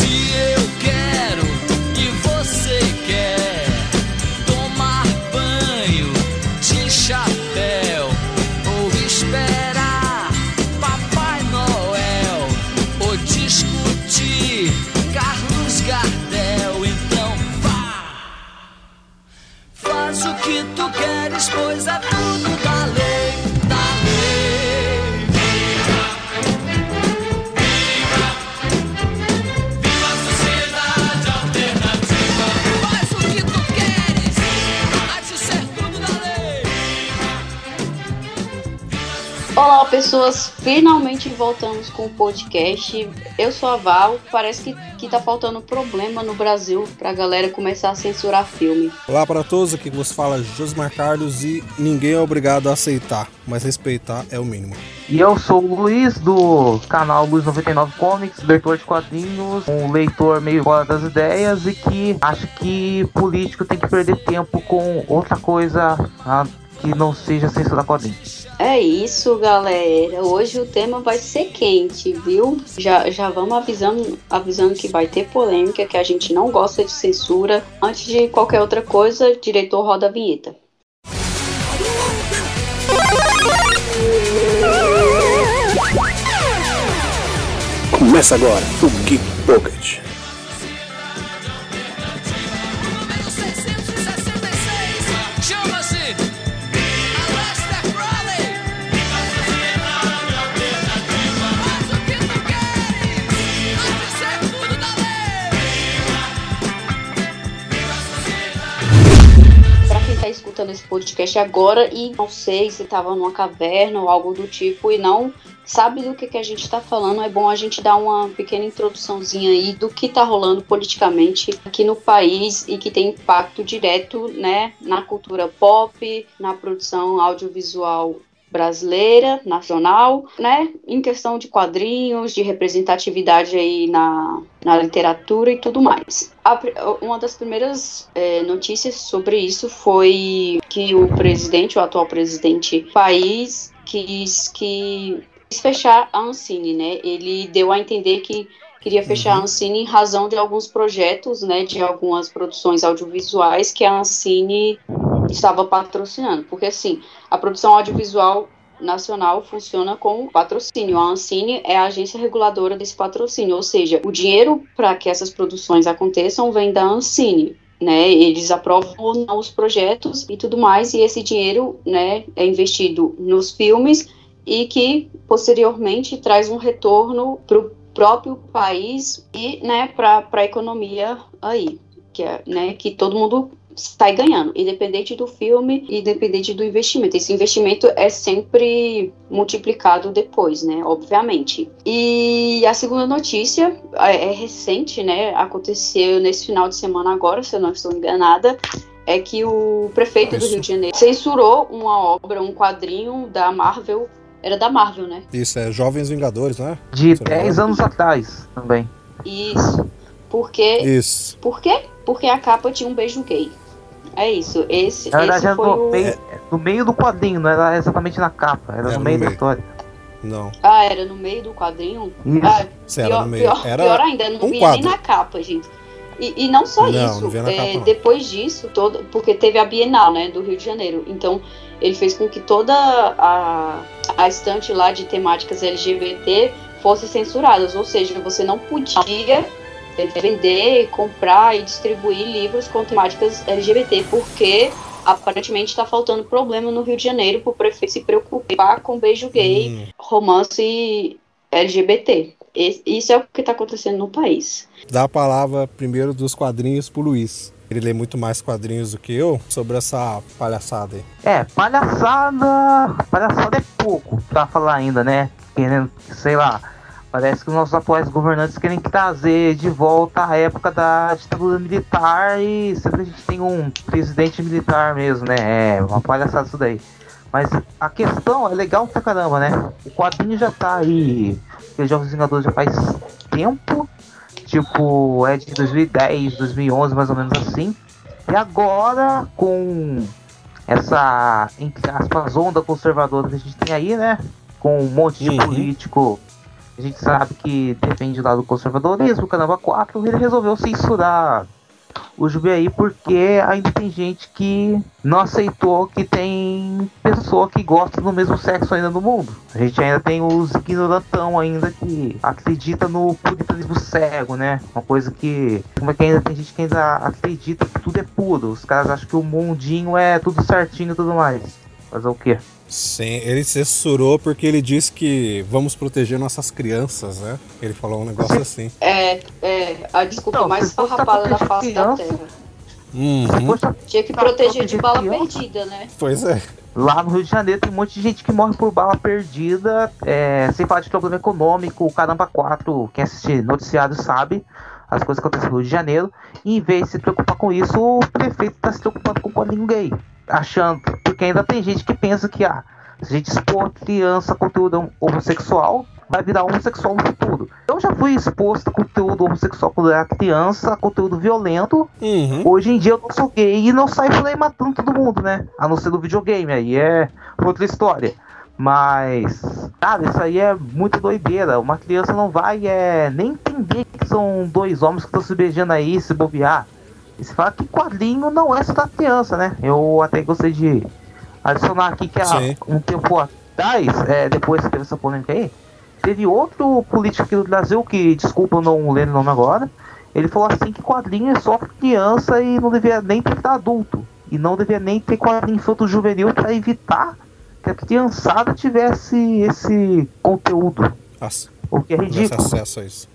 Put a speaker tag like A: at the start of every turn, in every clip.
A: Se eu quero e você quer tomar banho de chapéu ou esperar Papai Noel ou discutir Carlos Gardel, então faz o que tu queres, pois é tudo da lei, da lei. Viva a sociedade alternativa. Faz o que tu queres, há de ser tudo da lei.
B: Olá, pessoas, finalmente voltamos com o podcast. Eu sou a Val, parece que tá faltando problema no Brasil pra galera começar a censurar filme.
C: Olá para todos, aqui que vos fala Josmar Carlos e ninguém é obrigado a aceitar, mas respeitar é o mínimo.
D: E eu sou o Luiz, do canal Luiz 99 Comics, leitor de quadrinhos, um leitor meio fora das ideias e que acha que político tem que perder tempo com outra coisa que não seja censurar quadrinhos.
B: É isso, galera. Hoje o tema vai ser quente, viu? Já vamos avisando que vai ter polêmica, que a gente não gosta de censura. Antes de qualquer outra coisa, diretor, roda a vinheta.
C: Começa agora o Geek Pocket.
A: Número 666 chama-se Aleister Crowley. Viva a sociedade alternativa. Faz o que tu queres, há de ser tudo da lei.
B: Pra quem tá escutando esse podcast agora e não sei se tava numa caverna ou algo do tipo e não sabe do que a gente tá falando, é bom a gente dar uma pequena introduçãozinha aí do que tá rolando politicamente aqui no país e que tem impacto direto, né, na cultura pop, na produção audiovisual brasileira, nacional, né, em questão de quadrinhos, de representatividade aí na literatura e tudo mais. Uma das primeiras notícias sobre isso foi que o atual presidente do país quis fechar a Ancine, né? Ele deu a entender que queria fechar a Ancine em razão de alguns projetos, né, de algumas produções audiovisuais que a Ancine estava patrocinando, porque assim, a produção audiovisual nacional funciona com patrocínio. A Ancine é a agência reguladora desse patrocínio, ou seja, o dinheiro para que essas produções aconteçam vem da Ancine, né? Eles aprovam ou não os projetos e tudo mais, e esse dinheiro, né, é investido nos filmes e que posteriormente traz um retorno para o próprio país e, né, para a economia aí, que todo mundo sai ganhando, independente do filme, independente do investimento. Esse investimento é sempre multiplicado depois, né, obviamente. E a segunda notícia é recente, né, aconteceu nesse final de semana agora, se eu não estou enganada, é que o prefeito do Rio de Janeiro censurou uma obra, um quadrinho da Marvel. Era da Marvel, né?
C: Isso, é Jovens Vingadores, né?
D: De 10 anos atrás também.
B: Isso. Por quê?
C: Isso.
B: Por quê? Porque a capa tinha um beijo gay. É isso.
D: Na verdade,
B: esse foi
D: no meio do quadrinho, não era exatamente na capa, era no meio da história.
C: Não.
B: Ah, era no meio do quadrinho?
D: Isso.
B: Pior ainda, não vinha nem na capa, gente. E não só isso,
C: não capa, não.
B: Depois disso, porque teve a Bienal, né, do Rio de Janeiro, então ele fez com que toda a estante lá de temáticas LGBT fosse censuradas, ou seja, você não podia vender, comprar e distribuir livros com temáticas LGBT, porque aparentemente está faltando problema no Rio de Janeiro para o prefeito se preocupar com beijo gay, romance LGBT. Isso é o que está acontecendo no país.
C: Dá a palavra primeiro dos quadrinhos pro Luiz. Ele lê muito mais quadrinhos do que eu sobre essa palhaçada aí.
D: Palhaçada é pouco pra falar ainda, né? Querendo, sei lá, parece que os nossos atuais governantes querem trazer de volta a época da ditadura militar e sempre a gente tem um presidente militar mesmo, né? É uma palhaçada isso daí. Mas a questão é legal pra caramba, né? O quadrinho já tá aí, os Jovens Vingadores já faz tempo, tipo, é de 2010, 2011, mais ou menos assim. E agora, com essa, entre aspas, onda conservadora que a gente tem aí, né? Com um monte de político a gente sabe que defende lá do conservadorismo, caramba 4, ele resolveu censurar o Jubiaí porque ainda tem gente que não aceitou que tem pessoa que gosta do mesmo sexo ainda no mundo. A gente ainda tem os ignorantão ainda que acredita no puritanismo cego, né? Uma coisa que... Como é que ainda tem gente que ainda acredita que tudo é puro. Os caras acham que o mundinho é tudo certinho e tudo mais. Fazer o quê?
C: Sim, ele censurou porque ele disse que vamos proteger nossas crianças, né? Ele falou um negócio assim.
B: É a desculpa
D: Então,
B: mais
D: se fosse
B: farrapada da
D: pra
B: face da
D: criança,
B: Terra.
C: Uhum.
B: Tinha que proteger de bala perdida, né?
C: Pois é.
D: Lá no Rio de Janeiro tem um monte de gente que morre por bala perdida, sem falar de problema econômico, o Caramba 4, quem assiste noticiário sabe as coisas que acontecem no Rio de Janeiro, e em vez de se preocupar com isso, o prefeito está se preocupando com o quadrinho gay, achando, porque ainda tem gente que pensa que, se a gente expor criança a conteúdo homossexual, vai virar homossexual no futuro. Eu já fui exposto a conteúdo homossexual quando era criança, a conteúdo violento. Hoje em dia eu não sou gay e não saio por aí matando todo mundo, né? A não ser no videogame, aí é outra história. Mas, cara, isso aí é muito doideira. Uma criança não vai nem entender que são dois homens que estão se beijando aí, se bobear. E se fala que quadrinho não é só da criança, né? Eu até gostei de adicionar aqui que há um tempo atrás, depois que teve essa polêmica aí, teve outro político aqui do Brasil, que, desculpa, eu não lembro o nome agora, ele falou assim que quadrinho é só pra criança e não devia nem ter pra adulto. E não devia nem ter quadrinho infanto-juvenil pra evitar que a criançada tivesse esse conteúdo.
C: Nossa,
D: o que é ridículo.
C: Acesso a isso.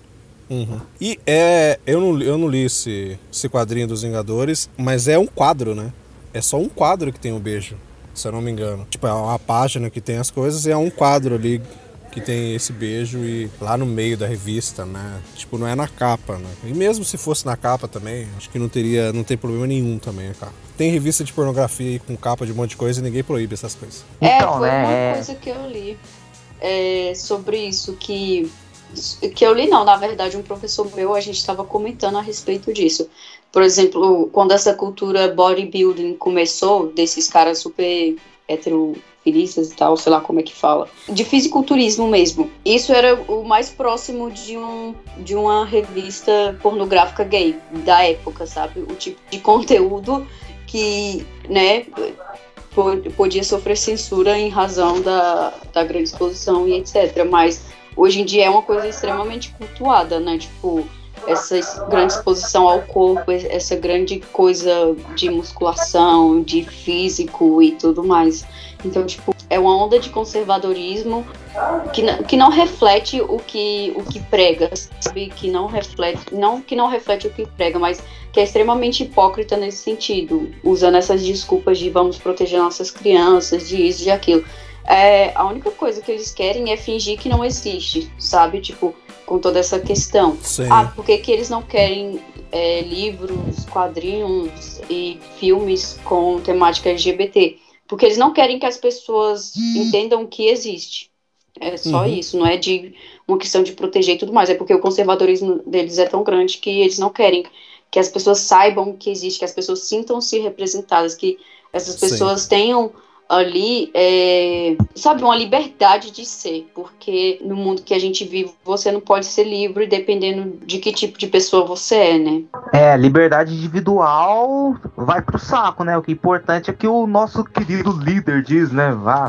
C: E eu não li esse quadrinho dos Vingadores, mas é um quadro, né? É só um quadro que tem o beijo, se eu não me engano. Tipo, é uma página que tem as coisas e é um quadro ali que tem esse beijo e lá no meio da revista, né? Tipo, não é na capa, né? E mesmo se fosse na capa também, acho que não tem problema nenhum também a capa. Tem revista de pornografia aí com capa de um monte de coisa e ninguém proíbe essas coisas.
D: Então,
B: foi uma coisa que eu li sobre isso, que eu li não, na verdade um professor meu, a gente estava comentando a respeito disso. Por exemplo, quando essa cultura bodybuilding começou, desses caras super heterofilistas e tal, sei lá como é que fala, de fisiculturismo mesmo. Isso era o mais próximo de uma revista pornográfica gay da época, sabe? O tipo de conteúdo que, né, podia sofrer censura em razão da grande exposição e etc. Mas hoje em dia é uma coisa extremamente cultuada, né? Tipo, essa grande exposição ao corpo, essa grande coisa de musculação, de físico e tudo mais. Então, tipo, é uma onda de conservadorismo que não reflete o que prega, sabe? Que não reflete o que prega, mas que é extremamente hipócrita nesse sentido, usando essas desculpas de vamos proteger nossas crianças, de isso, de aquilo. A única coisa que eles querem é fingir que não existe, sabe? Tipo, com toda essa questão.
C: Sim.
B: Por que eles não querem livros, quadrinhos e filmes com temática LGBT? Porque eles não querem que as pessoas entendam que existe. É só isso, não é de uma questão de proteger e tudo mais. É porque o conservadorismo deles é tão grande que eles não querem que as pessoas saibam que existe, que as pessoas sintam-se representadas, que essas pessoas tenham ali, sabe, uma liberdade de ser, porque no mundo que a gente vive, você não pode ser livre dependendo de que tipo de pessoa você é, né?
D: Liberdade individual vai pro saco, né? O que é importante é que o nosso querido líder diz, né? Vá.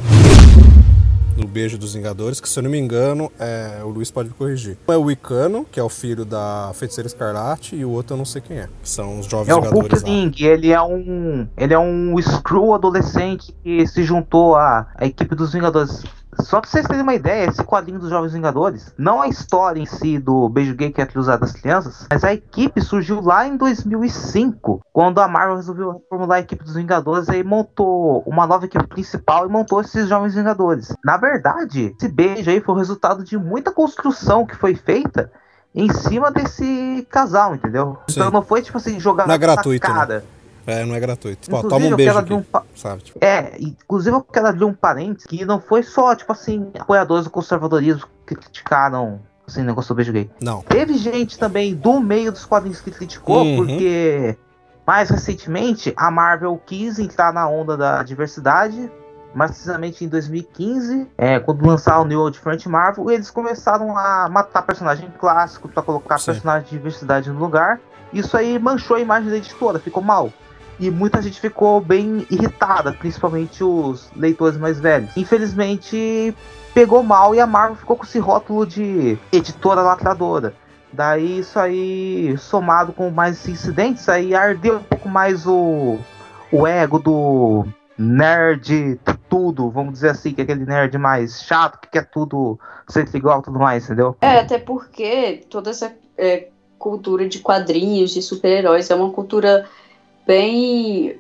C: No beijo dos Vingadores, que se eu não me engano, o Luiz pode me corrigir. Um é o Wicano, que é o filho da Feiticeira Escarlate, e o outro eu não sei quem é. São os Jovens Vingadores.
D: É o Hulkling, ele é um Skrull adolescente que se juntou à equipe dos Vingadores. Só pra vocês terem uma ideia, esse quadrinho dos Jovens Vingadores, não a história em si do beijo gay que é usado das crianças, mas a equipe surgiu lá em 2005, quando a Marvel resolveu reformular a equipe dos Vingadores e montou uma nova equipe principal e montou esses Jovens Vingadores. Na verdade, esse beijo aí foi o resultado de muita construção que foi feita em cima desse casal, entendeu?
C: Sim.
D: Então não foi tipo assim, jogar
C: na gratuito, cara.
D: Né?
C: Não é gratuito. Pô, toma um beijo aqui, sabe? Tipo.
D: Inclusive eu quero abrir um parênteses que não foi só, tipo assim, apoiadores do conservadorismo que criticaram assim, o negócio do beijo gay.
C: Não.
D: Teve gente também do meio dos quadrinhos que criticou, porque mais recentemente a Marvel quis entrar na onda da diversidade mais precisamente em 2015, quando lançaram o New Old Friend Marvel, eles começaram a matar personagem clássico para colocar personagem de diversidade no lugar. Isso aí manchou a imagem da editora, ficou mal. E muita gente ficou bem irritada, principalmente os leitores mais velhos. Infelizmente, pegou mal e a Marvel ficou com esse rótulo de editora lacradora. Daí isso aí, somado com mais incidentes, aí ardeu um pouco mais o ego do nerd tudo, vamos dizer assim, que é aquele nerd mais chato, que quer tudo sempre igual e tudo mais, entendeu?
B: Até porque toda essa cultura de quadrinhos, de super-heróis, é uma cultura bem...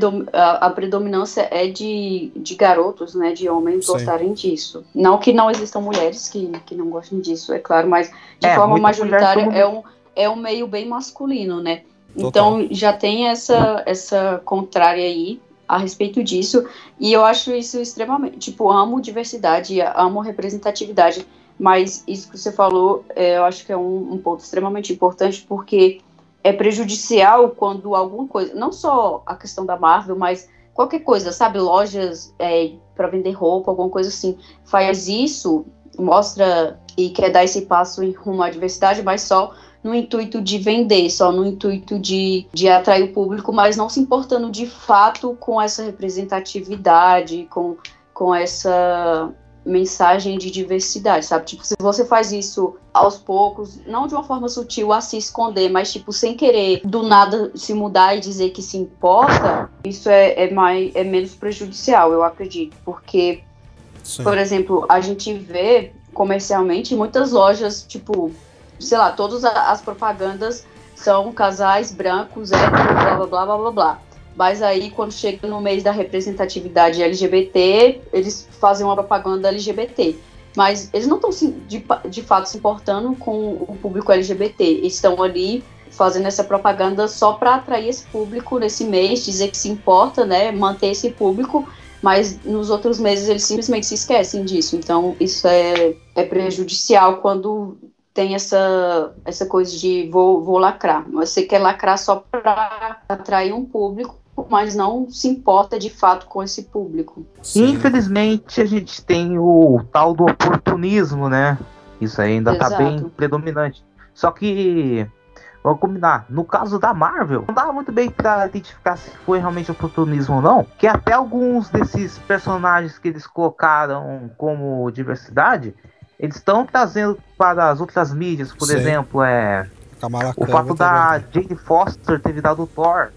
B: A predominância é de garotos, né, de homens gostarem disso. Não que não existam mulheres que não gostem disso, é claro, mas de forma majoritária é um meio bem masculino, né? Total. Então já tem essa contrária aí a respeito disso, e eu acho isso extremamente, tipo, amo diversidade, amo representatividade, mas isso que você falou, eu acho que é um ponto extremamente importante, porque é prejudicial quando alguma coisa, não só a questão da Marvel, mas qualquer coisa, sabe, lojas para vender roupa, alguma coisa assim, faz isso, mostra e quer dar esse passo em rumo à diversidade, mas só no intuito de vender, só no intuito de atrair o público, mas não se importando de fato com essa representatividade, com essa mensagem de diversidade, sabe? Tipo, se você faz isso aos poucos, não de uma forma sutil a se esconder, mas tipo, sem querer do nada se mudar e dizer que se importa, isso é menos prejudicial, eu acredito, porque, por exemplo, a gente vê comercialmente muitas lojas, tipo, sei lá, todas as propagandas são casais brancos, héteros, blá, blá, blá, blá, blá, blá. Mas aí, quando chega no mês da representatividade LGBT, eles fazem uma propaganda LGBT. Mas eles não estão, de fato, se importando com o público LGBT. Eles estão ali fazendo essa propaganda só para atrair esse público nesse mês, dizer que se importa, né, manter esse público, mas nos outros meses eles simplesmente se esquecem disso. Então, isso é prejudicial quando tem essa coisa de vou lacrar. Você quer lacrar só para atrair um público, mas não se importa de fato com esse público.
D: Sim. Infelizmente, a gente tem o tal do oportunismo, né? Isso aí ainda tá bem predominante. Só que, vamos combinar, no caso da Marvel, não dá muito bem pra identificar se foi realmente oportunismo ou não, que até alguns desses personagens que eles colocaram como diversidade, eles estão trazendo para as outras mídias, por exemplo, o fato da Jane Foster ter virado o Thor.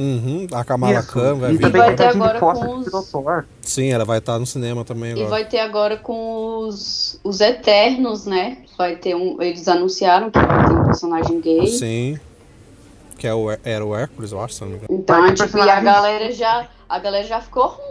C: A Kamala Khan vai vir.
B: E vai ter agora com os...
C: Sim, ela vai estar no cinema também agora.
B: E vai ter agora com os Eternos, né? Vai ter eles anunciaram que vai ter um personagem gay.
C: Sim. Que era o Hércules, eu acho, se não me engano.
B: Então, tipo, e a galera já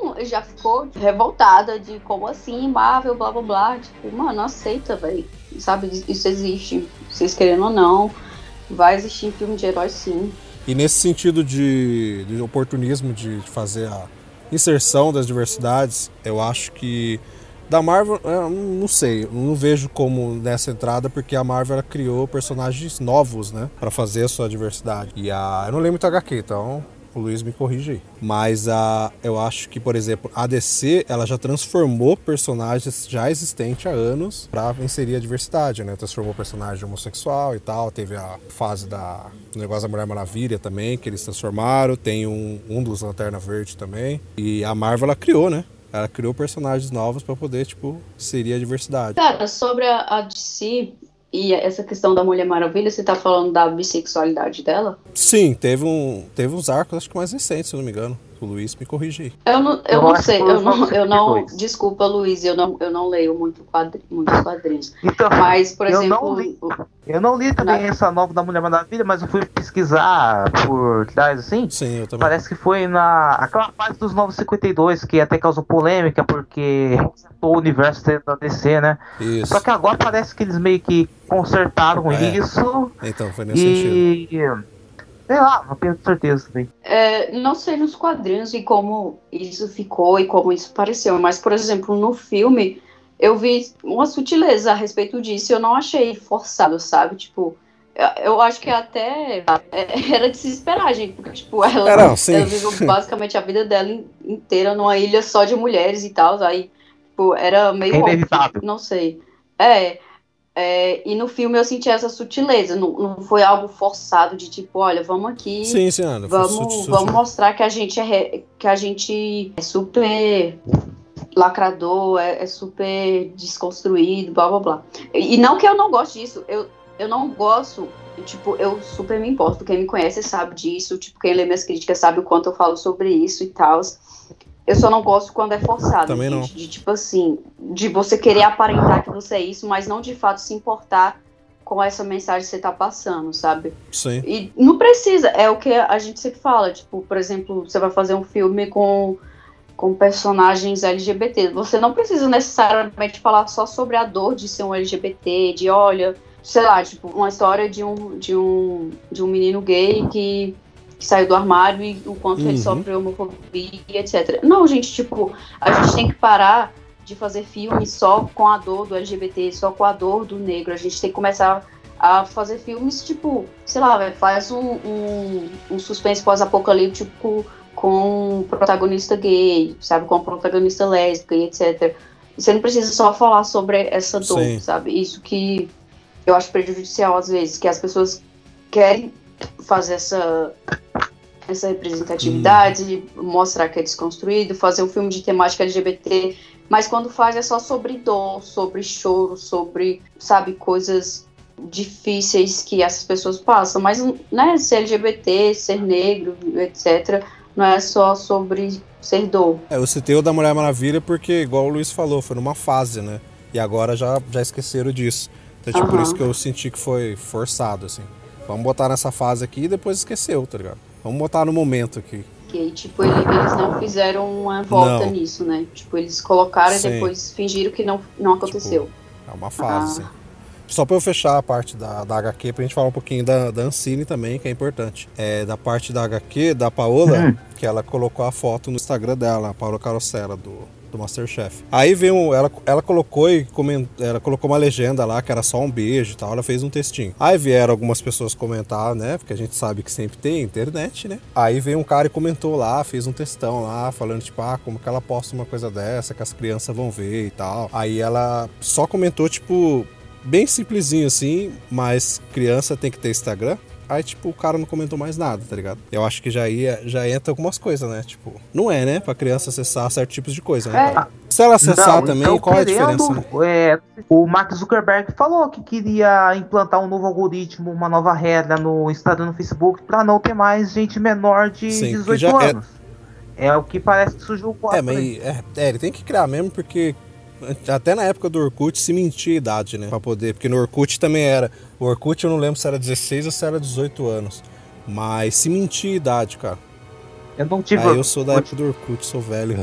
B: ficou revoltada de como assim, Marvel, blá blá blá. Tipo, mano, aceita, velho. Sabe, isso existe. Vocês querendo ou não, vai existir filme de herói, sim.
C: E nesse sentido de oportunismo de fazer a inserção das diversidades, eu acho que da Marvel, eu não sei, eu não vejo como nessa entrada, porque a Marvel ela criou personagens novos, né, pra fazer a sua diversidade. E eu não lembro muito HQ, então o Luiz me corrige aí. Mas eu acho que, por exemplo, a DC, ela já transformou personagens já existentes há anos pra inserir a diversidade, né? Transformou personagem homossexual e tal. Teve a fase do negócio da Mulher Maravilha também, que eles transformaram. Tem um dos Lanterna Verde também. E a Marvel, ela criou, né? Ela criou personagens novos pra poder, tipo, inserir a diversidade.
B: Cara, sobre a DC... E essa questão da Mulher Maravilha, você tá falando da bissexualidade dela?
C: Sim, teve uns arcos, acho que mais recentes, se não me engano. O Luiz me corrige aí.
B: Eu não sei, eu não desculpa, Luiz, eu não leio muitos quadrinhos. Então, mas, por exemplo...
D: Eu não li também essa nova da Mulher Maravilha, mas eu fui pesquisar por trás, assim.
C: Sim, eu também.
D: Parece que foi aquela parte dos 952, que até causou polêmica, porque o universo da DC, né?
C: Isso.
D: Só que agora parece que eles meio que consertaram isso.
C: Então, foi nesse sentido.
D: Sei lá, não tenho certeza também.
B: Não sei nos quadrinhos e como isso ficou e como isso pareceu, mas, por exemplo, no filme, eu vi uma sutileza a respeito disso e eu não achei forçado, sabe? Tipo, Eu acho que até era de se esperar, gente, porque, tipo, ela viveu basicamente a vida dela inteira numa ilha só de mulheres e tal, aí, tipo, era meio óbvio, não sei. E no filme eu senti essa sutileza, não foi algo forçado de tipo, olha, vamos aqui, vamos mostrar que a gente é super lacrador, é super desconstruído, blá blá blá. E não que eu não goste disso, eu não gosto, tipo, eu super me importo, quem me conhece sabe disso, tipo, quem lê minhas críticas sabe o quanto eu falo sobre isso e tal. Eu só não gosto quando é forçado,
C: também não.
B: De tipo assim, de você querer aparentar que você é isso, mas não de fato se importar com essa mensagem que você tá passando, sabe?
C: Sim.
B: E não precisa, é o que a gente sempre fala, tipo, por exemplo, você vai fazer um filme com personagens LGBT, você não precisa necessariamente falar só sobre a dor de ser um LGBT, de olha, sei lá, tipo, uma história de um menino gay que saiu do armário e o quanto ele sofre homofobia, etc. Não, gente, tipo, a gente tem que parar de fazer filmes só com a dor do LGBT, só com a dor do negro. A gente tem que começar a fazer filmes, tipo, sei lá, faz um suspense pós-apocalíptico com um protagonista gay, sabe, com uma protagonista lésbica e etc. Você não precisa só falar sobre essa dor, sim, sabe? Isso que eu acho prejudicial às vezes, que as pessoas querem fazer essa representatividade, mostrar que é desconstruído, fazer um filme de temática LGBT, mas quando faz é só sobre dor, sobre choro, sobre, sabe, coisas difíceis que essas pessoas passam, mas, né, ser LGBT, ser negro, etc., não é só sobre ser dor.
C: Eu citei o da Mulher Maravilha porque, igual o Luiz falou, foi numa fase, né, e agora já esqueceram disso. Então, tipo, por isso que eu senti que foi forçado, assim. Vamos botar nessa fase aqui e depois esqueceu, tá ligado? Vamos botar no momento aqui.
B: Que, tipo, eles não fizeram uma volta nisso, né? Tipo, eles colocaram e depois fingiram que não aconteceu.
C: Tipo, é uma fase, assim. Só pra eu fechar a parte da HQ, pra gente falar um pouquinho da Ancine também, que é importante. Da parte da HQ, da Paola, que ela colocou a foto no Instagram dela, a Paola Carosella, do Masterchef. Aí veio, ela colocou ela colocou uma legenda lá, que era só um beijo e tal, ela fez um textinho. Aí vieram algumas pessoas comentar, né, porque a gente sabe que sempre tem internet, né. Aí veio um cara e comentou lá, fez um textão lá, falando tipo, como que ela posta uma coisa dessa, que as crianças vão ver e tal. Aí ela só comentou, tipo, bem simplesinho assim, mas criança tem que ter Instagram. Aí, tipo, o cara não comentou mais nada, tá ligado? Eu acho que já entra algumas coisas, né? Tipo, não é, né? Pra criança acessar certos tipos de coisa, né? Se ela acessar também, então, qual é a diferença? Né?
D: O Mark Zuckerberg falou que queria implantar um novo algoritmo, uma nova regra no Instagram, no Facebook, pra não ter mais gente menor de 18 anos. É o que parece que surgiu o quadro.
C: Ele tem que criar mesmo, porque até na época do Orkut se mentia a idade, né? Pra poder, porque no Orkut também era. O Orkut eu não lembro se era 16 ou se era 18 anos. Mas se mentia a idade, cara.
D: Eu não tive.
C: Eu sou da época do Orkut, sou velho.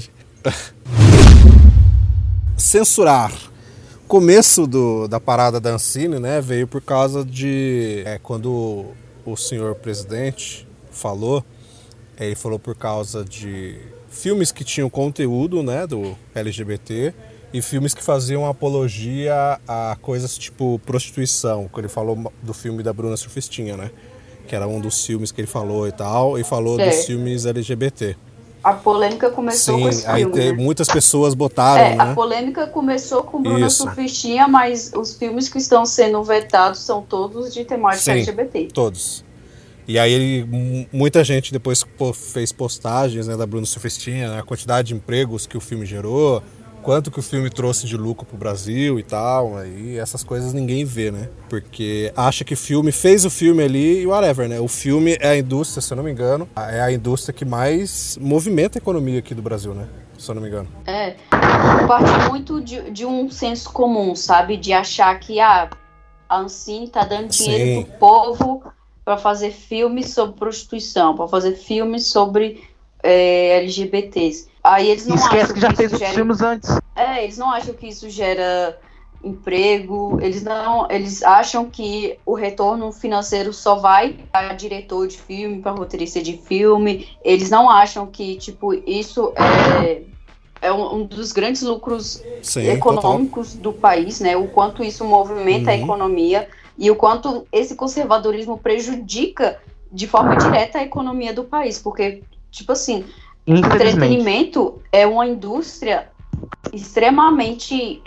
C: Censurar. Começo da parada da Ancine, né? Veio por causa de. Quando o senhor presidente falou. Ele falou por causa de filmes que tinham conteúdo, né, do LGBT e filmes que faziam apologia a coisas tipo prostituição, que ele falou do filme da Bruna Surfistinha, né, que era um dos filmes que ele falou e tal, e falou dos filmes LGBT.
B: A polêmica começou com esse filme,
C: né? Muitas pessoas botaram, né?
B: A polêmica começou com Bruna Surfistinha, mas os filmes que estão sendo vetados são todos de temática LGBT.
C: Todos. E aí muita gente depois fez postagens, né, da Bruna Surfistinha, né, a quantidade de empregos que o filme gerou, quanto que o filme trouxe de lucro pro Brasil e tal, aí essas coisas ninguém vê, né? Porque acha que fez o filme ali e whatever, né? O filme é a indústria, se eu não me engano, é a indústria que mais movimenta a economia aqui do Brasil, né? Se eu não me engano.
B: Parte muito de um senso comum, sabe? De achar que a Ancine tá dando dinheiro pro povo para fazer filmes sobre prostituição, para fazer filmes sobre LGBTs. Aí eles não
D: acham que já fez os filmes antes.
B: Eles não acham que isso gera emprego, eles acham que o retorno financeiro só vai para diretor de filme, para roteirista de filme. Eles não acham que, tipo, isso é um dos grandes lucros econômicos do país, né? O quanto isso movimenta a economia. e o quanto esse conservadorismo prejudica de forma direta a economia do país, porque, tipo assim, entretenimento é uma indústria extremamente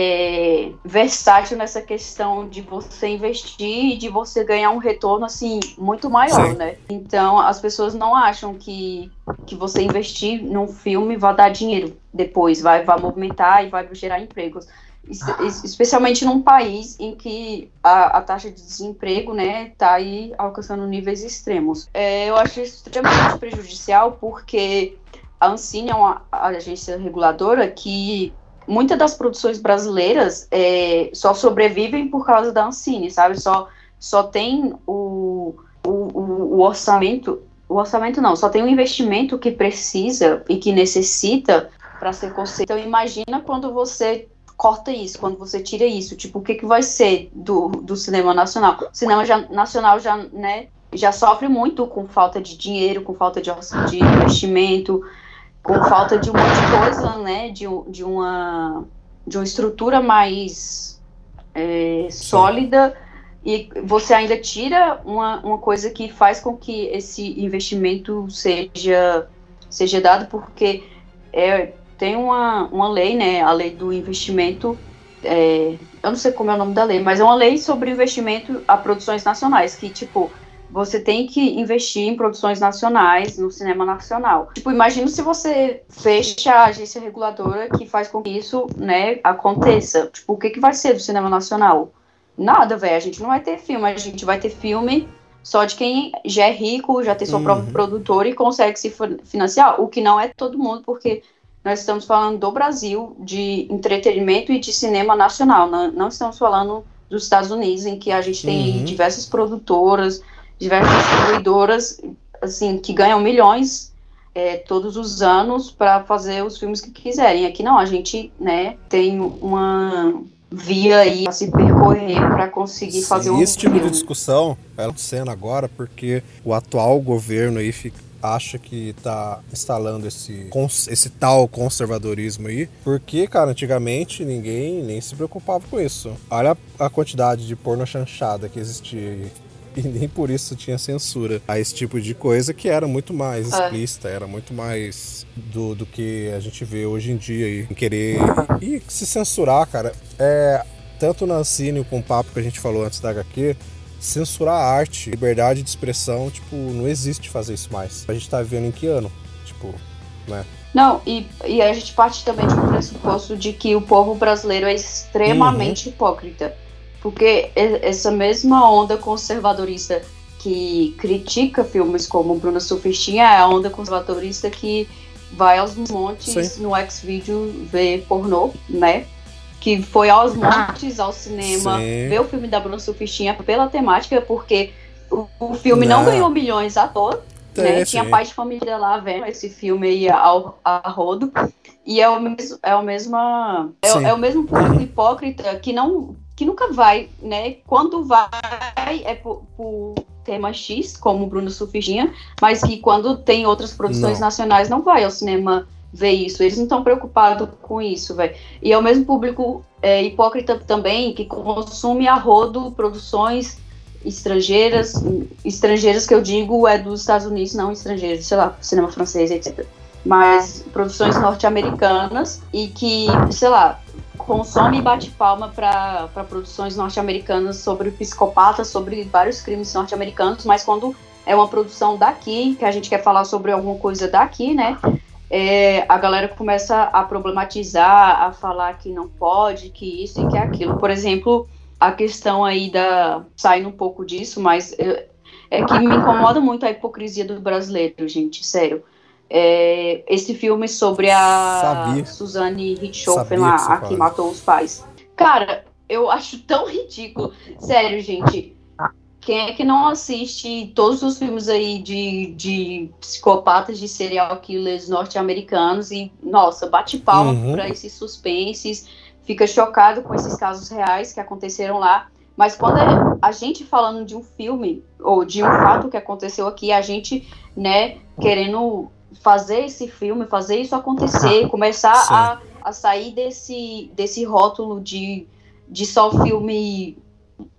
B: versátil nessa questão de você investir e de você ganhar um retorno, assim, muito maior,
C: Sim.
B: né? Então, as pessoas não acham que você investir num filme vai dar dinheiro depois, vai movimentar e vai gerar empregos. Especialmente num país em que a taxa de desemprego, né, tá aí alcançando níveis extremos. Eu acho isso extremamente prejudicial porque a Ancine é uma agência reguladora que muitas das produções brasileiras só sobrevivem por causa da Ancine, sabe? Só tem o orçamento não, só tem o investimento que precisa e que necessita para ser concedido. Então imagina quando você corta isso, quando você tira isso, tipo, o que vai ser do cinema nacional? O cinema nacional já sofre muito com falta de dinheiro, com falta de investimento, com falta de um monte de coisa, né, de uma estrutura mais sólida, e você ainda tira uma coisa que faz com que esse investimento seja dado, porque tem uma lei, né, a lei do investimento, eu não sei como é o nome da lei, mas é uma lei sobre investimento a produções nacionais, que, tipo, você tem que investir em produções nacionais, no cinema nacional. Tipo, imagina se você fecha a agência reguladora que faz com que isso, né, aconteça. Tipo, o que vai ser do cinema nacional? Nada, velho. A gente não vai ter filme. A gente vai ter filme só de quem já é rico, já tem sua própria produtora e consegue se financiar. O que não é todo mundo, porque nós estamos falando do Brasil, de entretenimento e de cinema nacional. Não estamos falando dos Estados Unidos, em que a gente tem diversas produtoras, diversas distribuidoras, assim, que ganham milhões todos os anos para fazer os filmes que quiserem. Aqui não, a gente, né, tem uma via aí a se percorrer para conseguir fazer um
C: esse tipo
B: filme.
C: de discussão é acontecendo agora porque o atual governo aí acha que tá instalando esse tal conservadorismo aí, porque, cara, antigamente ninguém nem se preocupava com isso. Olha a quantidade de porno chanchada que existia aí. E nem por isso tinha censura a esse tipo de coisa, que era muito mais explícita, era muito mais do que a gente vê hoje em dia aí, em querer e se censurar, cara. Tanto na Ancine com o papo que a gente falou antes da HQ, censurar a arte, liberdade de expressão, tipo, não existe fazer isso mais. A gente tá vivendo em que ano? Tipo, né?
B: Não, e a gente parte também de um pressuposto de que o povo brasileiro é extremamente hipócrita. Porque essa mesma onda conservadorista que critica filmes como Bruna Surfistinha é a onda conservadorista que vai aos montes no Xvideo ver pornô, né? Que foi aos montes ao cinema ver o filme da Bruna Surfistinha pela temática, porque o filme não ganhou milhões à toa, né? Tinha pai de família lá vendo esse filme aí a rodo. E é o mesmo público hipócrita que nunca vai, né? Quando vai é por tema X, como Bruno Surfistinha, mas que quando tem outras produções nacionais não vai ao cinema ver isso. Eles não estão preocupados com isso, velho. E é o mesmo público hipócrita também que consome a rodo produções estrangeiras que eu digo dos Estados Unidos, não estrangeiras, sei lá, cinema francês, etc. Mas produções norte-americanas e que, sei lá, consome e bate palma para produções norte-americanas sobre psicopatas, sobre vários crimes norte-americanos, mas quando é uma produção daqui, que a gente quer falar sobre alguma coisa daqui, né, a galera começa a problematizar, a falar que não pode, que isso e que aquilo. Por exemplo, a questão aí saindo um pouco disso, mas é que me incomoda muito a hipocrisia do brasileiro, gente, sério. Esse filme sobre a Suzanne Richthofen lá, a que matou os pais. Cara, eu acho tão ridículo. Sério, gente. Quem é que não assiste todos os filmes aí de psicopatas, de serial killers norte-americanos e, nossa, bate palma pra esses suspenses, fica chocado com esses casos reais que aconteceram lá. Mas quando a gente falando de um filme, ou de um fato que aconteceu aqui, a gente, né, querendo fazer esse filme, fazer isso acontecer, começar a sair desse rótulo de só filme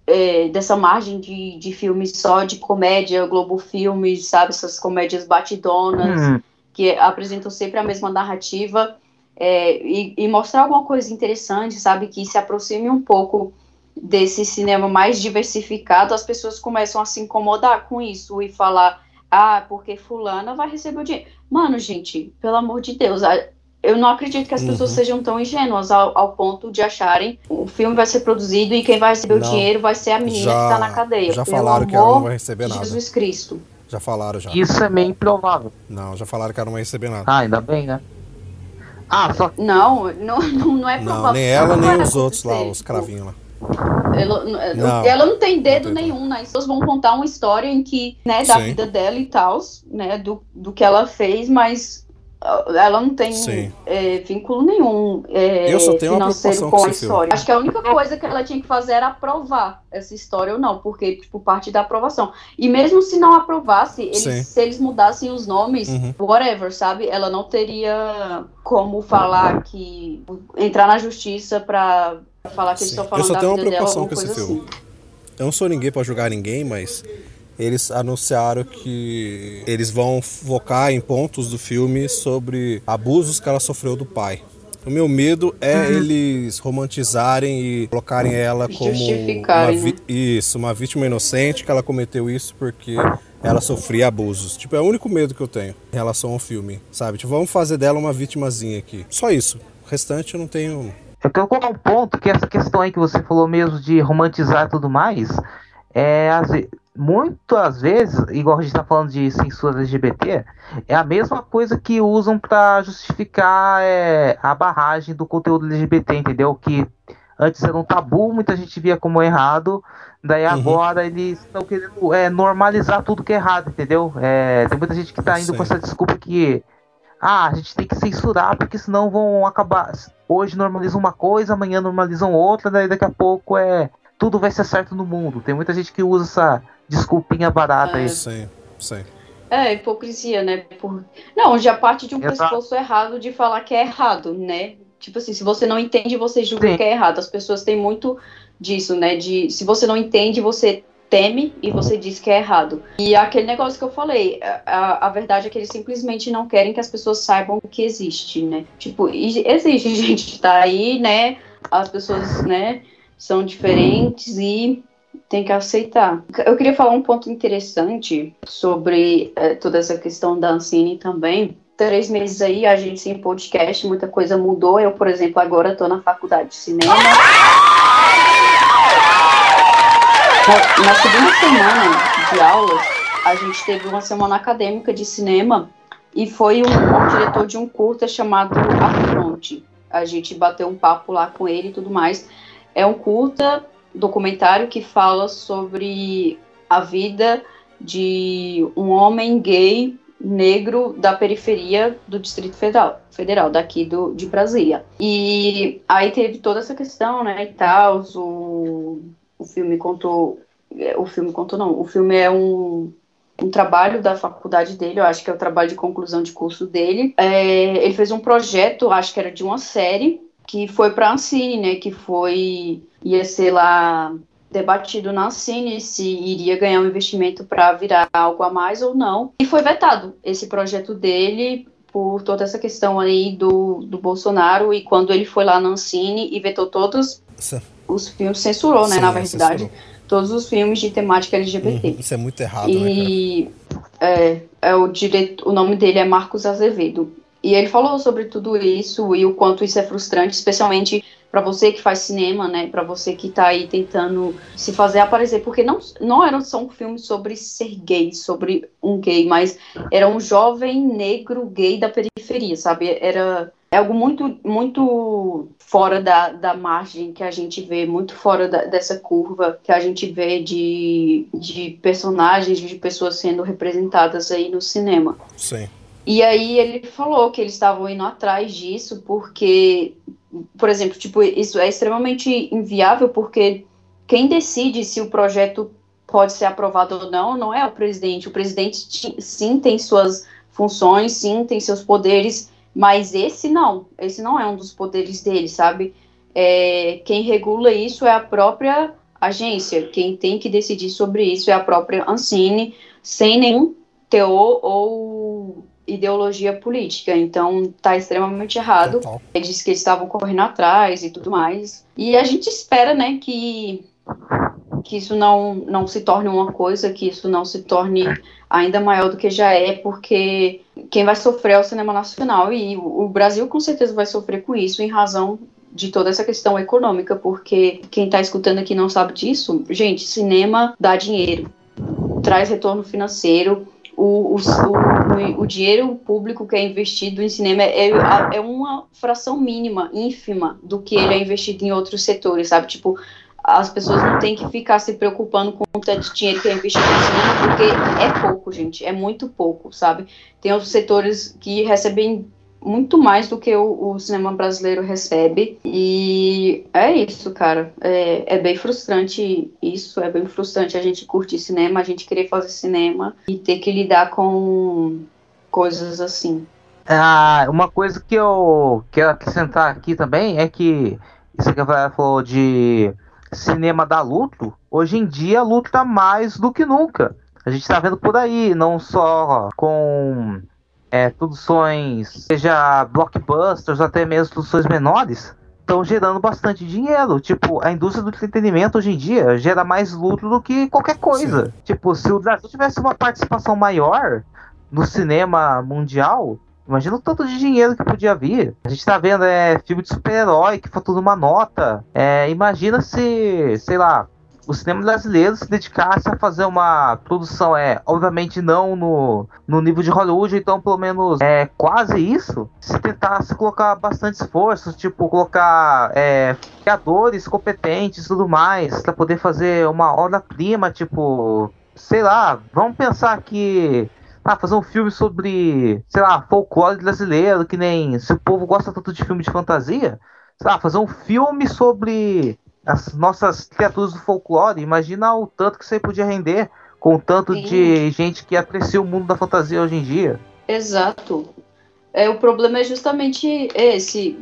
B: dessa margem de filmes só de comédia, Globo Filmes, sabe? Essas comédias batidonas, que apresentam sempre a mesma narrativa, e mostrar alguma coisa interessante, sabe? Que se aproxime um pouco desse cinema mais diversificado, as pessoas começam a se incomodar com isso e falar, porque fulana vai receber o dinheiro. Mano, gente, pelo amor de Deus, eu não acredito que as pessoas sejam tão ingênuas ao ponto de acharem o filme vai ser produzido e quem vai receber o dinheiro vai ser a menina que tá na cadeia.
C: Já falaram que ela não vai receber nada.
B: Jesus Cristo.
C: Já falaram, já.
D: Isso é meio improvável.
C: Não, já falaram que ela não vai receber nada.
D: Ainda bem, né? Só...
B: Não é provável.
C: Não, nem ela, nem os
B: acontecer.
C: outros lá, os cravinhos lá.
B: Ela não tem dedo nenhum, né? As pessoas vão contar uma história em que, né, da vida dela e tal, né, do que ela fez, mas ela não tem vínculo nenhum
C: eu só tenho uma
B: financeiro com a história. Acho que a única coisa que ela tinha que fazer era aprovar essa história ou não, porque, tipo, parte da aprovação. E mesmo se não aprovasse, se eles mudassem os nomes, whatever, sabe? Ela não teria como falar que... entrar na justiça pra falar que eles estão falando da vida dela. Eu só tenho uma preocupação com esse filme.
C: Eu não sou ninguém pra julgar ninguém, mas... eles anunciaram que eles vão focar em pontos do filme sobre abusos que ela sofreu do pai. O meu medo é eles romantizarem e colocarem ela como uma vítima inocente, que ela cometeu isso porque ela sofria abusos. Tipo, é o único medo que eu tenho em relação ao filme, sabe? Tipo, vamos fazer dela uma vitimazinha aqui. Só isso. O restante eu não tenho...
D: Eu quero colocar um ponto, que essa questão aí que você falou mesmo de romantizar e tudo mais, muitas vezes, igual a gente tá falando de censura LGBT, é a mesma coisa que usam para justificar a barragem do conteúdo LGBT, entendeu? Que antes era um tabu, muita gente via como errado, daí agora eles estão querendo normalizar tudo que é errado, entendeu? Tem muita gente que tá indo com essa desculpa que a gente tem que censurar, porque senão vão acabar... Hoje normalizam uma coisa, amanhã normalizam outra, daí daqui a pouco tudo vai ser certo no mundo. Tem muita gente que usa essa desculpinha barata aí.
C: Sim.
B: Hipocrisia, né? Não, já parte de um pressuposto errado de falar que é errado, né? Tipo assim, se você não entende, você julga que é errado. As pessoas têm muito disso, né? Se você não entende, você teme e você diz que é errado. E aquele negócio que eu falei, a verdade é que eles simplesmente não querem que as pessoas saibam que existe, né? Tipo, existe, gente, tá aí, né? As pessoas, né, são diferentes e tem que aceitar. Eu queria falar um ponto interessante sobre toda essa questão da Ancine também. 3 meses aí, a gente sem podcast, muita coisa mudou. Eu, por exemplo, agora tô na faculdade de cinema. Na segunda semana de aulas, a gente teve uma semana acadêmica de cinema e foi um diretor de um curta chamado Afronte. A gente bateu um papo lá com ele e tudo mais. É um curta documentário que fala sobre a vida de um homem gay negro da periferia do Distrito Federal daqui de Brasília. E aí teve toda essa questão, né, e tal, o filme é um trabalho da faculdade dele, eu acho que é o trabalho de conclusão de curso dele. Ele fez um projeto, acho que era de uma série, que foi para a Ancine, né, ia ser lá debatido na Ancine se iria ganhar um investimento para virar algo a mais ou não. E foi vetado esse projeto dele por toda essa questão aí do Bolsonaro, e quando ele foi lá na Ancine e vetou todos os filmes, censurou, né, na verdade, todos os filmes de temática LGBT.
C: Isso é muito errado,
B: né, cara? O nome dele é Marcos Azevedo. E ele falou sobre tudo isso e o quanto isso é frustrante, especialmente para você que faz cinema, né? Para você que tá aí tentando se fazer aparecer, porque não era só um filme sobre ser gay, sobre um gay, mas era um jovem negro gay da periferia, sabe? Era algo muito, muito fora da margem que a gente vê, muito fora dessa curva que a gente vê de personagens, de pessoas sendo representadas aí no cinema.
C: Sim.
B: E aí ele falou que eles estavam indo atrás disso porque, por exemplo, tipo, isso é extremamente inviável porque quem decide se o projeto pode ser aprovado ou não é o presidente. O presidente sim tem suas funções, sim tem seus poderes, mas esse não é um dos poderes dele, sabe? Quem regula isso é a própria agência. Quem tem que decidir sobre isso é a própria Ancine, sem nenhum teor ou ideologia política. Então, tá extremamente errado.
C: Total.
B: Ele disse que eles estavam correndo atrás e tudo mais. E a gente espera, né, que isso não se torne uma coisa, que isso não se torne ainda maior do que já é, porque quem vai sofrer é o cinema nacional, e o Brasil com certeza vai sofrer com isso, em razão de toda essa questão econômica, porque quem está escutando aqui não sabe disso. Gente, cinema dá dinheiro, traz retorno financeiro. O dinheiro público que é investido em cinema é uma fração mínima, ínfima, do que ele é investido em outros setores, sabe? Tipo, as pessoas não têm que ficar se preocupando com o tanto de dinheiro que é investido no cinema, porque é pouco, gente, é muito pouco, sabe? Tem outros setores que recebem muito mais do que o cinema brasileiro recebe, e é isso, cara. É bem frustrante isso, é bem frustrante a gente curtir cinema, a gente querer fazer cinema e ter que lidar com coisas assim.
D: Uma coisa que eu quero acrescentar aqui também é que isso que a Vera falou de cinema dar lucro, hoje em dia lucra mais do que nunca. A gente tá vendo por aí, não só com produções, seja blockbusters ou até mesmo produções menores, estão gerando bastante dinheiro. Tipo, a indústria do entretenimento hoje em dia gera mais lucro do que qualquer coisa. Sim. Tipo, se o Brasil tivesse uma participação maior no cinema mundial, imagina o tanto de dinheiro que podia vir. A gente tá vendo filme de super-herói que fatura uma nota. Imagina se, sei lá, o cinema brasileiro se dedicasse a fazer uma produção, obviamente não no nível de Hollywood, então pelo menos quase isso, se tentasse colocar bastante esforço, tipo, colocar criadores competentes e tudo mais, para poder fazer uma obra-prima, tipo, sei lá, vamos pensar que fazer um filme sobre, sei lá, folclore brasileiro, que nem, se o povo gosta tanto de filme de fantasia, sei lá, fazer um filme sobre as nossas criaturas do folclore. Imagina o tanto que isso aí podia render, com o tanto de gente que aprecia o mundo da fantasia hoje em dia.
B: Exato. O problema é justamente esse,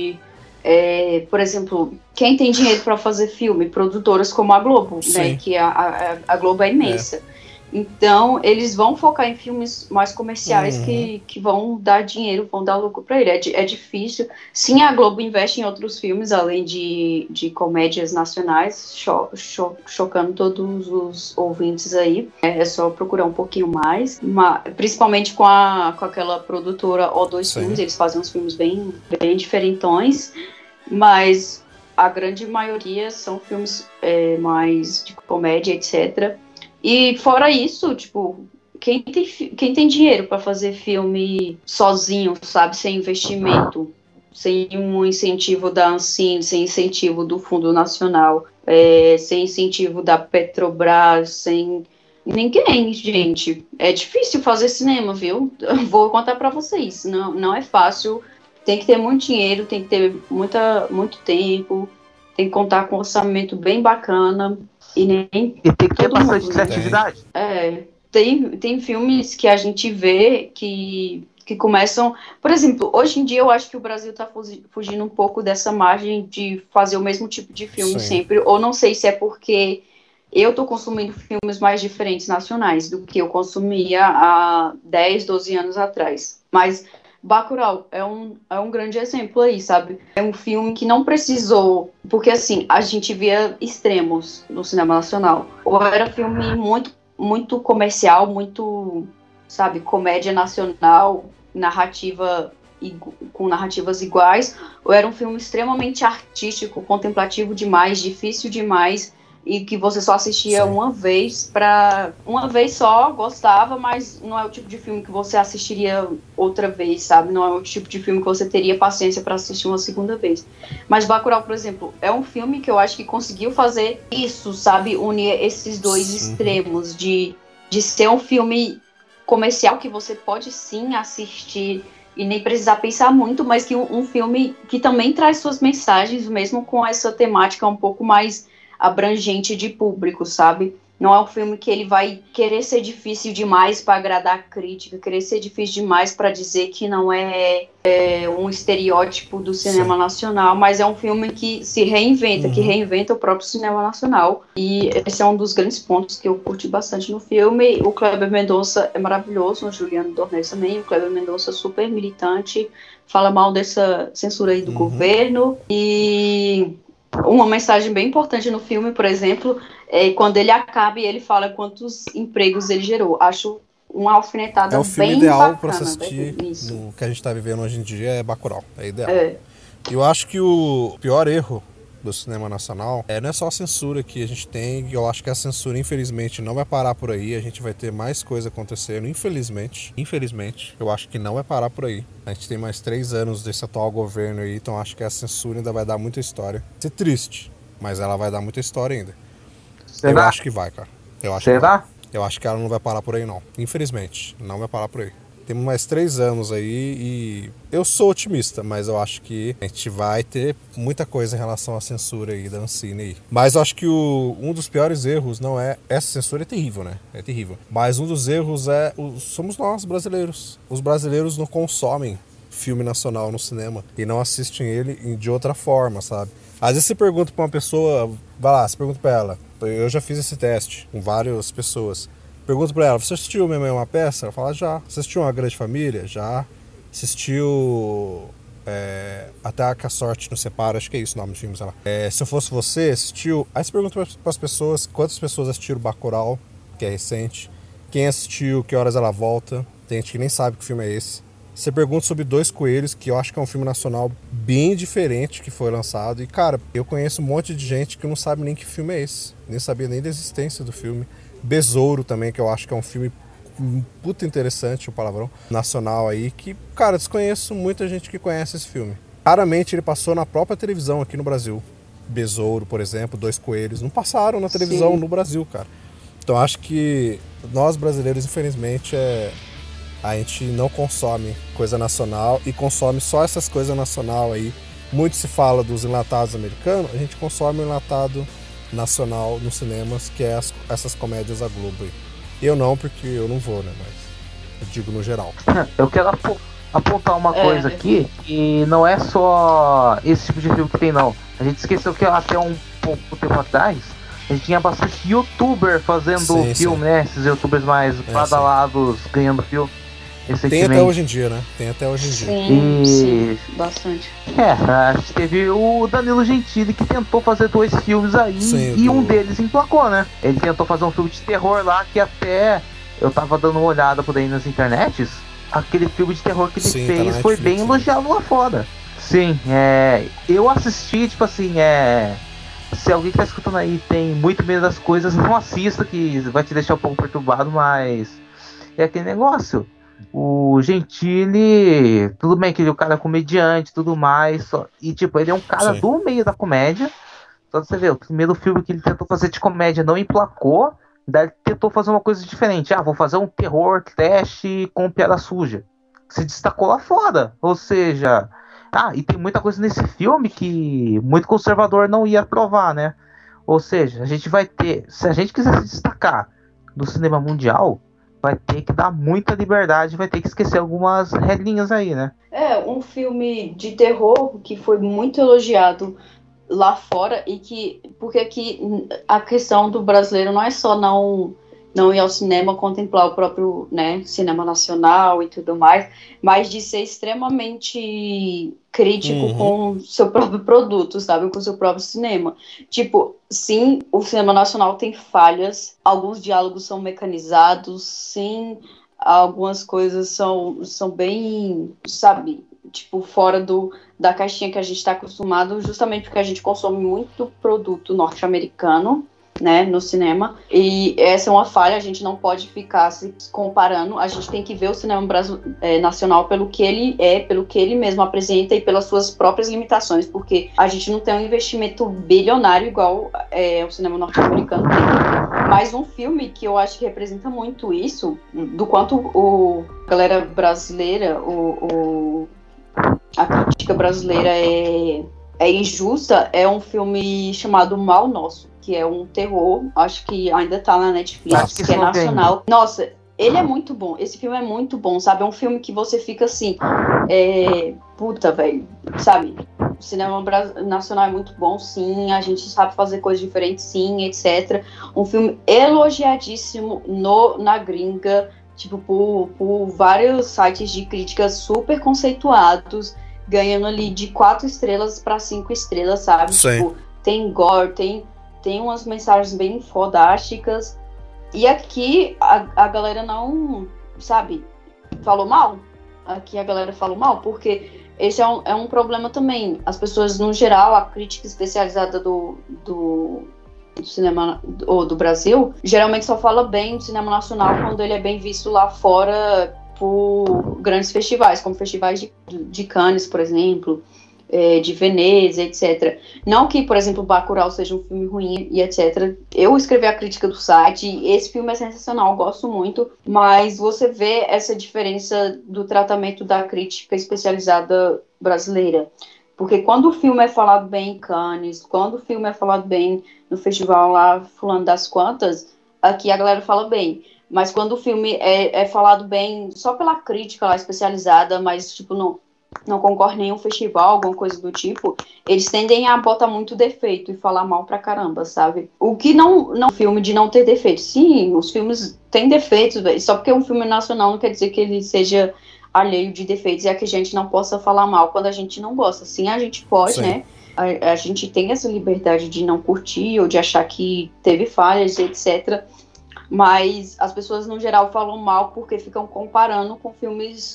B: por exemplo, quem tem dinheiro para fazer filme, produtoras como a Globo, né, que a Globo é imensa. Então, eles vão focar em filmes mais comerciais que vão dar dinheiro, vão dar lucro para ele. É difícil. Sim, a Globo investe em outros filmes, além de comédias nacionais, chocando todos os ouvintes aí. É só procurar um pouquinho mais. Principalmente com aquela produtora O2 Filmes, eles fazem uns filmes bem, bem diferentões, mas a grande maioria são filmes mais de comédia, etc. E fora isso, tipo, quem tem dinheiro para fazer filme sozinho, sabe, sem investimento, sem um incentivo da Ancine, sem incentivo do Fundo Nacional, sem incentivo da Petrobras, sem ninguém, gente. É difícil fazer cinema, viu? Eu vou contar para vocês, não é fácil, tem que ter muito dinheiro, tem que ter muito tempo, tem que contar com um orçamento bem bacana. E tem
D: que ter bastante criatividade.
B: Tem filmes que a gente vê que começam... Por exemplo, hoje em dia eu acho que o Brasil está fugindo um pouco dessa margem de fazer o mesmo tipo de filme sempre. Ou não sei se é porque eu estou consumindo filmes mais diferentes nacionais do que eu consumia há 10, 12 anos atrás. Mas Bacurau é um grande exemplo aí, sabe? É um filme que não precisou... Porque, assim, a gente via extremos no cinema nacional. Ou era filme muito, muito comercial, muito, sabe, comédia nacional, com narrativas iguais. Ou era um filme extremamente artístico, contemplativo demais, difícil demais, e que você só assistia uma vez só, gostava, mas não é o tipo de filme que você assistiria outra vez, sabe? Não é o tipo de filme que você teria paciência para assistir uma segunda vez. Mas Bacurau, por exemplo, é um filme que eu acho que conseguiu fazer isso, sabe? Unir esses dois extremos de ser um filme comercial que você pode sim assistir e nem precisar pensar muito, mas que um filme que também traz suas mensagens, mesmo com essa temática um pouco mais abrangente de público, sabe? Não é um filme que ele vai querer ser difícil demais para agradar a crítica, querer ser difícil demais para dizer que não é um estereótipo do cinema nacional, mas é um filme que se reinventa, que reinventa o próprio cinema nacional. E esse é um dos grandes pontos que eu curti bastante no filme. O Kleber Mendonça é maravilhoso, o Juliano Dornelles também. O Kleber Mendonça é super militante, fala mal dessa censura aí do governo. E uma mensagem bem importante no filme, por exemplo, é quando ele acaba e ele fala quantos empregos ele gerou. Acho uma alfinetada bem bacana.
C: É o filme ideal para você assistir no que a gente está vivendo hoje em dia, é Bacurau. É ideal. Eu acho que o pior erro do cinema nacional não é só a censura que a gente tem. Eu acho que a censura, infelizmente, não vai parar por aí. A gente vai ter mais coisa acontecendo, infelizmente. Infelizmente, eu acho que não vai parar por aí. A gente tem mais 3 anos desse atual governo aí, então acho que a censura ainda vai dar muita história. Vai ser triste, mas ela vai dar muita história ainda.
D: Será?
C: Eu acho que vai, cara.
D: Será?
C: Eu acho que ela não vai parar por aí, não. Infelizmente, não vai parar por aí. Temos mais 3 anos aí e eu sou otimista, mas eu acho que a gente vai ter muita coisa em relação à censura aí da Ancine aí. Mas eu acho que um dos piores erros não é... Essa censura é terrível, né? É terrível. Mas um dos erros somos nós, brasileiros. Os brasileiros não consomem filme nacional no cinema e não assistem ele de outra forma, sabe? Às vezes você pergunta pra uma pessoa, vai lá, você pergunta pra ela. Eu já fiz esse teste com várias pessoas. Pergunto pra ela, você assistiu Minha Mãe é uma Peça? Ela fala, já. Você assistiu Uma Grande Família? Já. Assistiu Até que a Sorte Nos Separa, acho que é isso o nome do filme, sei lá. Se Eu Fosse Você, assistiu... Aí você pergunta pras pessoas, quantas pessoas assistiram Bacurau, que é recente. Quem assistiu Que Horas Ela Volta. Tem gente que nem sabe que filme é esse. Você pergunta sobre Dois Coelhos, que eu acho que é um filme nacional bem diferente que foi lançado. E, cara, eu conheço um monte de gente que não sabe nem que filme é esse. Nem sabia nem da existência do filme. Besouro também, que eu acho que é um filme puta interessante, o palavrão, nacional aí, que, cara, desconheço muita gente que conhece esse filme. Raramente ele passou na própria televisão aqui no Brasil. Besouro, por exemplo, Dois Coelhos, não passaram na televisão no Brasil, cara. Então acho que nós brasileiros, infelizmente, a gente não consome coisa nacional e consome só essas coisas nacional aí. Muito se fala dos enlatados americanos, a gente consome o enlatado nacional nos cinemas, que é essas comédias à Globo aí. Eu não, porque eu não vou, né? Mas eu digo no geral.
D: Eu quero apontar uma coisa aqui, que não é só esse tipo de filme que tem, não. A gente esqueceu que até um pouco tempo atrás a gente tinha bastante youtuber fazendo filme, né? Esses youtubers mais badalados ganhando filme.
C: Tem até hoje em dia, né? Tem até hoje em dia.
B: Sim, bastante.
D: A gente teve o Danilo Gentili, que tentou fazer 2 filmes aí, e um deles emplacou, né? Ele tentou fazer um filme de terror lá, que até eu tava dando uma olhada por aí nas internets. Aquele filme de terror que ele fez foi bem elogiado lá fora. Sim, eu assisti, tipo assim, se alguém que tá escutando aí tem muito medo das coisas, não assista, que vai te deixar um pouco perturbado, mas é aquele negócio. O Gentili, tudo bem que ele é um cara comediante, tudo mais, e tipo, ele é um cara do meio da comédia. Só você vê, o primeiro filme que ele tentou fazer de comédia não emplacou, daí ele tentou fazer uma coisa diferente. Vou fazer um terror trash com piada suja. Se destacou lá fora, ou seja... e tem muita coisa nesse filme que muito conservador não ia aprovar, né? Ou seja, a gente vai ter, se a gente quiser se destacar do cinema mundial, vai ter que dar muita liberdade, vai ter que esquecer algumas regrinhas aí, né?
B: Um filme de terror que foi muito elogiado lá fora e que... Porque aqui a questão do brasileiro não é só não ir ao cinema contemplar o próprio, né, cinema nacional e tudo mais, mas de ser extremamente crítico com o seu próprio produto, sabe? Com o seu próprio cinema. Tipo, sim, o cinema nacional tem falhas, alguns diálogos são mecanizados, sim, algumas coisas são bem, sabe, tipo, fora da caixinha que a gente está acostumado, justamente porque a gente consome muito produto norte-americano, né, no cinema, e essa é uma falha, a gente não pode ficar se comparando, a gente tem que ver o cinema nacional pelo que ele é, pelo que ele mesmo apresenta e pelas suas próprias limitações, porque a gente não tem um investimento bilionário igual o cinema norte-americano tem. Mas um filme que eu acho que representa muito isso, do quanto a galera brasileira, a crítica brasileira é é injusta é um filme chamado Mal Nosso, que é um terror, acho que ainda tá na Netflix, que é nacional. Nossa, ele é muito bom, esse filme é muito bom, sabe? É um filme que você fica assim, puta, velho, sabe? O cinema nacional é muito bom, sim, a gente sabe fazer coisas diferentes, sim, etc. Um filme elogiadíssimo na gringa, tipo, por vários sites de críticas super conceituados, ganhando ali de 4 estrelas para 5 estrelas, sabe?
C: Sim.
B: Tipo, tem gore, tem umas mensagens bem fodásticas. E aqui a galera não, sabe, falou mal. Aqui a galera falou mal, porque esse é um problema também. As pessoas, no geral, a crítica especializada do cinema ou do Brasil, geralmente só fala bem do cinema nacional quando ele é bem visto lá fora por grandes festivais, como festivais de Cannes, por exemplo, de Veneza, etc. Não que, por exemplo, Bacurau seja um filme ruim e etc. Eu escrevi a crítica do site, esse filme é sensacional, eu gosto muito, mas você vê essa diferença do tratamento da crítica especializada brasileira. Porque quando o filme é falado bem em Cannes, quando o filme é falado bem no festival lá, fulano das quantas, aqui a galera fala bem. Mas quando o filme é falado bem só pela crítica lá especializada, mas tipo, não concorre em nenhum festival, alguma coisa do tipo, eles tendem a botar muito defeito e falar mal pra caramba, sabe? O que não filme de não ter defeito. Sim, os filmes têm defeitos, véio. Só porque é um filme nacional não quer dizer que ele seja alheio de defeitos e é que a gente não possa falar mal quando a gente não gosta. Sim, a gente pode, sim, né? A gente tem essa liberdade de não curtir ou de achar que teve falhas, etc. Mas as pessoas, no geral, falam mal porque ficam comparando com filmes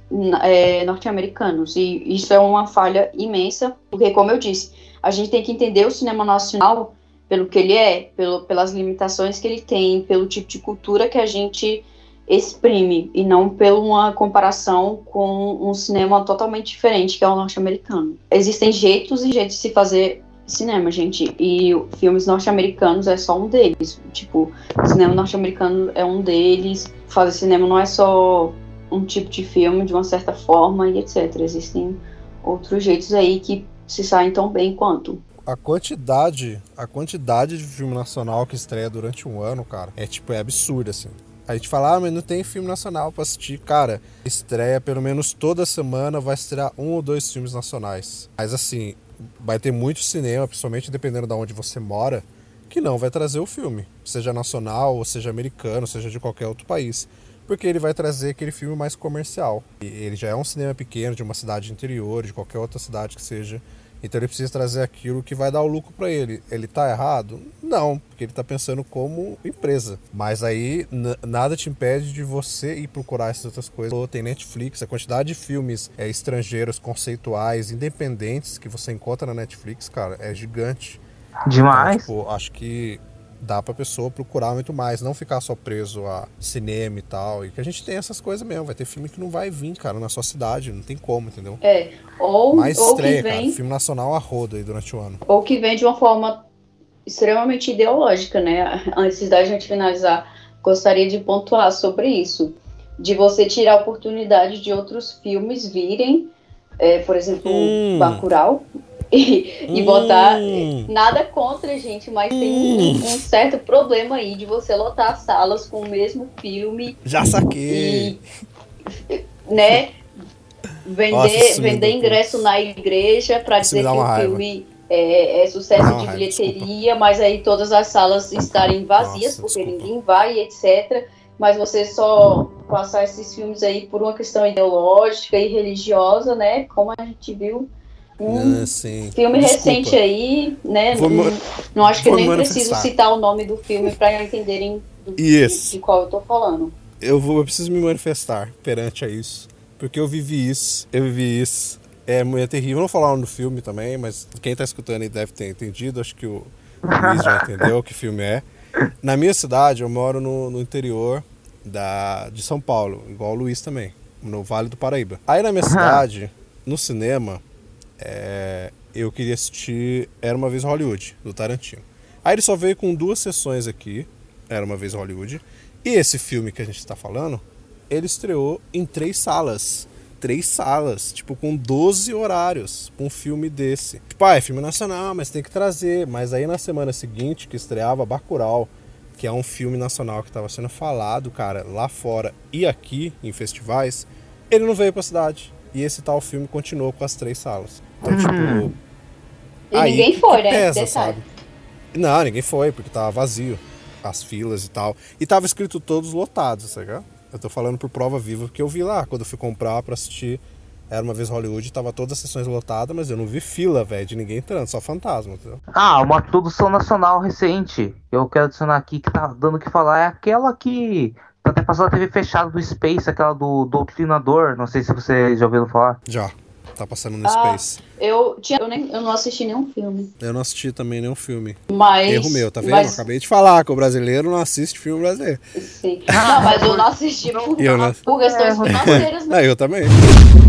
B: norte-americanos. E isso é uma falha imensa, porque, como eu disse, a gente tem que entender o cinema nacional pelo que ele é, pelas limitações que ele tem, pelo tipo de cultura que a gente exprime, e não por uma comparação com um cinema totalmente diferente, que é o norte-americano. Existem jeitos e jeitos de se fazer cinema, gente, e filmes norte-americanos é só um deles. Tipo, o cinema norte-americano é um deles. Fazer cinema não é só um tipo de filme, de uma certa forma, e etc. Existem outros jeitos aí que se saem tão bem quanto.
C: A quantidade de filme nacional que estreia durante um ano, cara, é absurda, assim. A gente fala, mas não tem filme nacional pra assistir. Cara, estreia pelo menos toda semana, vai estrear 1 ou 2 filmes nacionais. Mas assim, vai ter muito cinema, principalmente dependendo de onde você mora, que não vai trazer o filme. Seja nacional, ou seja americano, seja de qualquer outro país. Porque ele vai trazer aquele filme mais comercial. E ele já é um cinema pequeno, de uma cidade interior, de qualquer outra cidade que seja. Então ele precisa trazer aquilo que vai dar o lucro para ele. Ele tá errado? Não, porque ele tá pensando como empresa. Mas aí nada te impede de você ir procurar essas outras coisas. Tem Netflix, a quantidade de filmes estrangeiros, conceituais, independentes que você encontra na Netflix, cara, é gigante.
D: Demais.
C: Então, acho que dá pra pessoa procurar muito mais, não ficar só preso a cinema e tal. E que a gente tem essas coisas mesmo. Vai ter filme que não vai vir, cara, na sua cidade. Não tem como, entendeu?
B: Mas
C: estreia,
B: que vem,
C: cara, filme nacional a roda aí durante o ano.
B: Ou que vem de uma forma extremamente ideológica, né? Antes da gente finalizar, gostaria de pontuar sobre isso. De você tirar a oportunidade de outros filmes virem, por exemplo, Bacurau, e botar... Nada contra, gente, mas tem um certo problema aí de você lotar as salas com o mesmo filme.
C: Já saquei!
B: Né? Vender ingresso na igreja para dizer que o filme é sucesso de bilheteria, mas aí todas as salas estarem vazias, porque ninguém vai, etc. Mas você só passar esses filmes aí por uma questão ideológica e religiosa, né? Como a gente viu filme recente aí, né? Não acho que nem preciso citar o nome do filme para entenderem de qual eu tô falando.
C: Eu preciso me manifestar perante a isso. Porque eu vivi isso. É terrível. Eu não vou falar o nome do filme também, mas quem tá escutando aí deve ter entendido. Acho que o Luiz já entendeu que filme é. Na minha cidade, eu moro no interior de São Paulo, igual o Luiz também, no Vale do Paraíba. Aí na minha cidade, no cinema, eu queria assistir Era Uma Vez Hollywood, do Tarantino. Aí ele só veio com 2 sessões aqui, Era Uma Vez Hollywood. E esse filme que a gente tá falando, ele estreou em 3 salas. 3 salas, tipo, com 12 horários pra um filme desse. Tipo, é filme nacional, mas tem que trazer. Mas aí na semana seguinte, que estreava Bacurau, que é um filme nacional que tava sendo falado, cara, lá fora e aqui, em festivais, ele não veio pra cidade. E esse tal filme continuou com as 3 salas. Então, tipo...
B: E
C: aí
B: ninguém foi, né?
C: pesa,
B: Detalhe.
C: sabe? Não, ninguém foi, porque tava vazio. As filas e tal. E tava escrito todos lotados, sabe? Eu tô falando por prova viva, porque eu vi lá, quando eu fui comprar pra assistir Era Uma Vez Hollywood, tava todas as sessões lotadas, mas eu não vi fila, velho, de ninguém entrando, só fantasma, entendeu?
D: Uma produção nacional recente. Eu quero adicionar aqui que tá dando o que falar. É aquela que tá até passando na TV fechada do Space, aquela do Doutrinador. Não sei se você já ouviu falar.
C: Já. Tá passando no Space.
B: Eu não assisti nenhum filme.
C: Eu não assisti também nenhum filme.
B: Mas.
C: Erro meu, tá vendo?
B: Mas,
C: Acabei de falar que o brasileiro não assiste filme brasileiro.
B: sim. Não, mas eu não assisti por
C: Eu não-
B: questões financeiras mesmo.
C: Eu também.